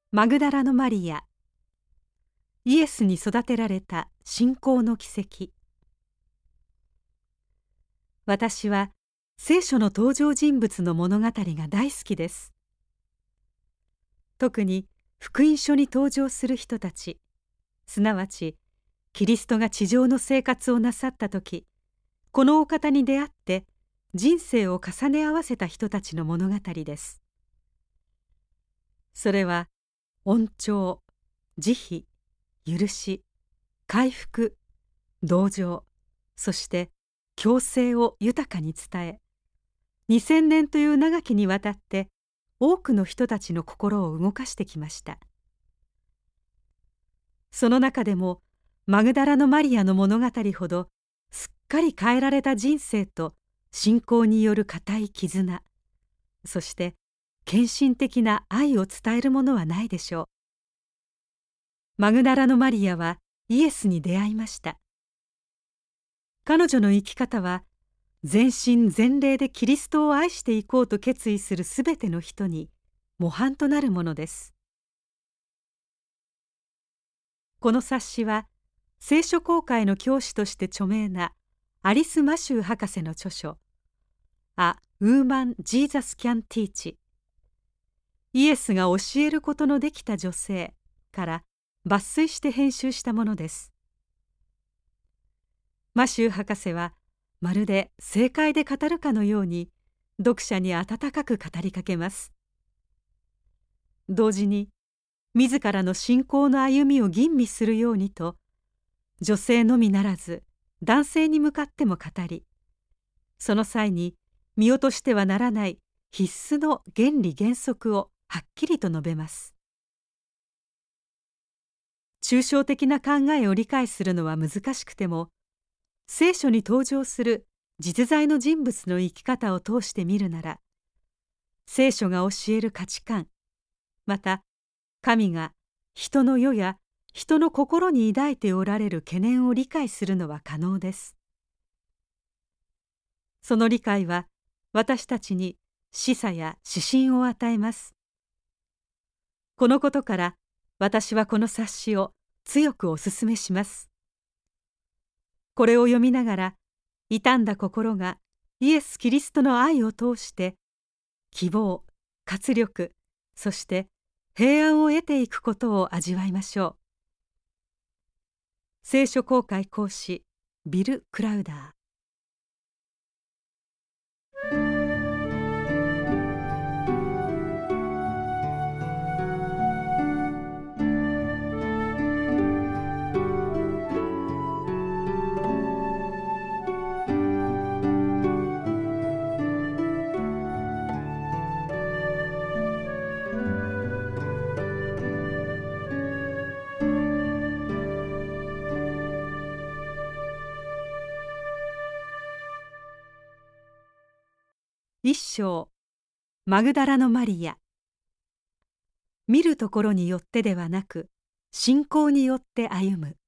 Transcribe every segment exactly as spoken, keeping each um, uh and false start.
マグダラのマリア。イエスに育てられた信仰の奇跡。私は聖書の登場人物の物語が大好きです。特に福音書に登場する人たち、すなわちキリストが地上の生活をなさった時、このお方に出会って人生を重ね合わせた人たちの物語です。それは恩寵、慈悲、許し、回復、同情、そして共生を豊かに伝え、にせんねんという長きにわたって多くの人たちの心を動かしてきました。その中でもマグダラのマリアの物語ほどすっかり変えられた人生と信仰による固い絆、そして献身的な愛を伝えるものはないでしょう。マグダラのマリアはイエスに出会いました。彼女の生き方は全身全霊でキリストを愛していこうと決意するすべての人に模範となるものです。この冊子は聖書公会の教師として著名なアリス・マシュー博士の著書「A Woman Jesus Can Teach」イエスが教えることのできた女性から抜粋して編集したものです。マシュー博士はまるで正解で語るかのように読者に温かく語りかけます。同時に自らの信仰の歩みを吟味するようにと女性のみならず男性に向かっても語り、その際に見落としてはならない必須の原理原則をはっきりと述べます。抽象的な考えを理解するのは難しくても、聖書に登場する実在の人物の生き方を通して見るなら、聖書が教える価値観、また神が人の世や人の心に抱いておられる懸念を理解するのは可能です。その理解は私たちに示唆や指針を与えます。このことから私はこの冊子を強くお勧めします。これを読みながら傷んだ心がイエス・キリストの愛を通して希望、活力、そして平安を得ていくことを味わいましょう。聖書公会講師ビル・クラウダー。一章、マグダラのマリア。見るところによってではなく、信仰によって歩む。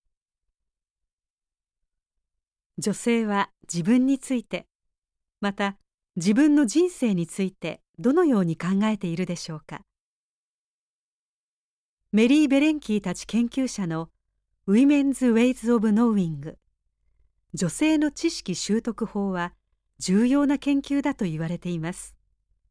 女性は自分について、また自分の人生についてどのように考えているでしょうか。メリー・ベレンキーたち研究者のウィメンズ・ウェイズ・オブ・ノーウィング、女性の知識習得法は重要な研究だと言われています。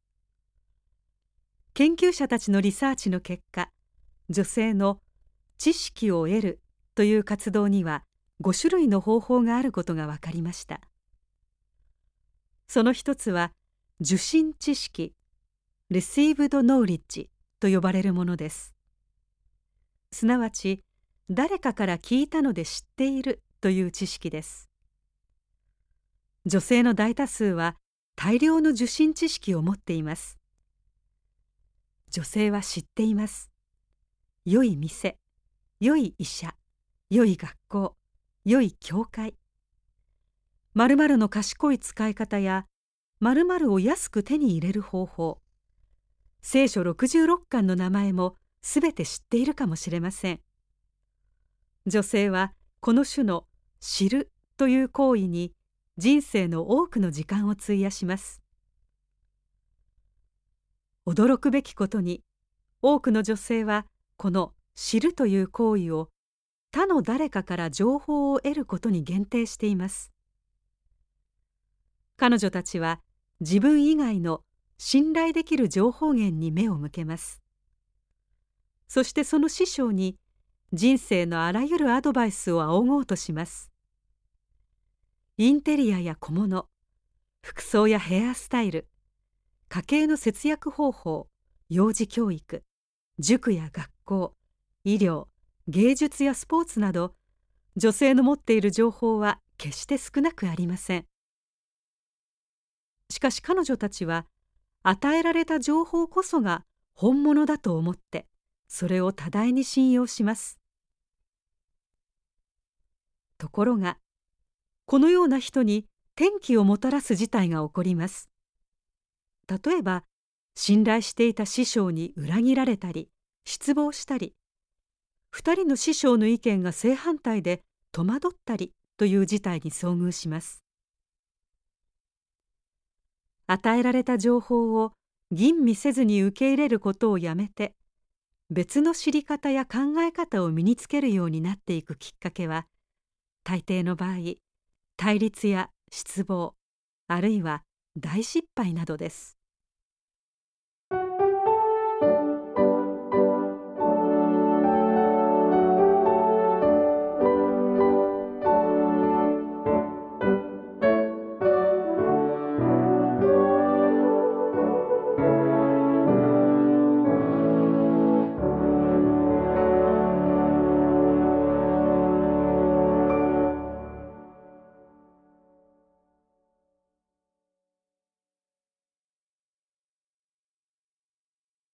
研究者たちのリサーチの結果、女性の知識を得るという活動にはご種類の方法があることが分かりました。その一つは受信知識 Received Knowledge と呼ばれるものです。すなわち誰かから聞いたので知っているという知識です。女性の大多数は大量の受信知識を持っています。女性は知っています。良い店、良い医者、良い学校、良い教会。〇〇の賢い使い方や〇〇を安く手に入れる方法。聖書ろくじゅうろっかんの名前もすべて知っているかもしれません。女性はこの種の知るという行為に人生の多くの時間を費やします。驚くべきことに多くの女性はこの知るという行為を他の誰かから情報を得ることに限定しています。彼女たちは自分以外の信頼できる情報源に目を向けます。そしてその師匠に人生のあらゆるアドバイスを仰ごうとします。インテリアや小物、服装やヘアスタイル、家計の節約方法、幼児教育、塾や学校、医療、芸術やスポーツなど、女性の持っている情報は決して少なくありません。しかし彼女たちは、与えられた情報こそが本物だと思って、それを多大に信用します。ところが、このような人に転機をもたらす事態が起こります。例えば、信頼していた師匠に裏切られたり、失望したり、二人の師匠の意見が正反対で戸惑ったりという事態に遭遇します。与えられた情報を吟味せずに受け入れることをやめて、別の知り方や考え方を身につけるようになっていくきっかけは、大抵の場合、対立や失望、あるいは大失敗などです。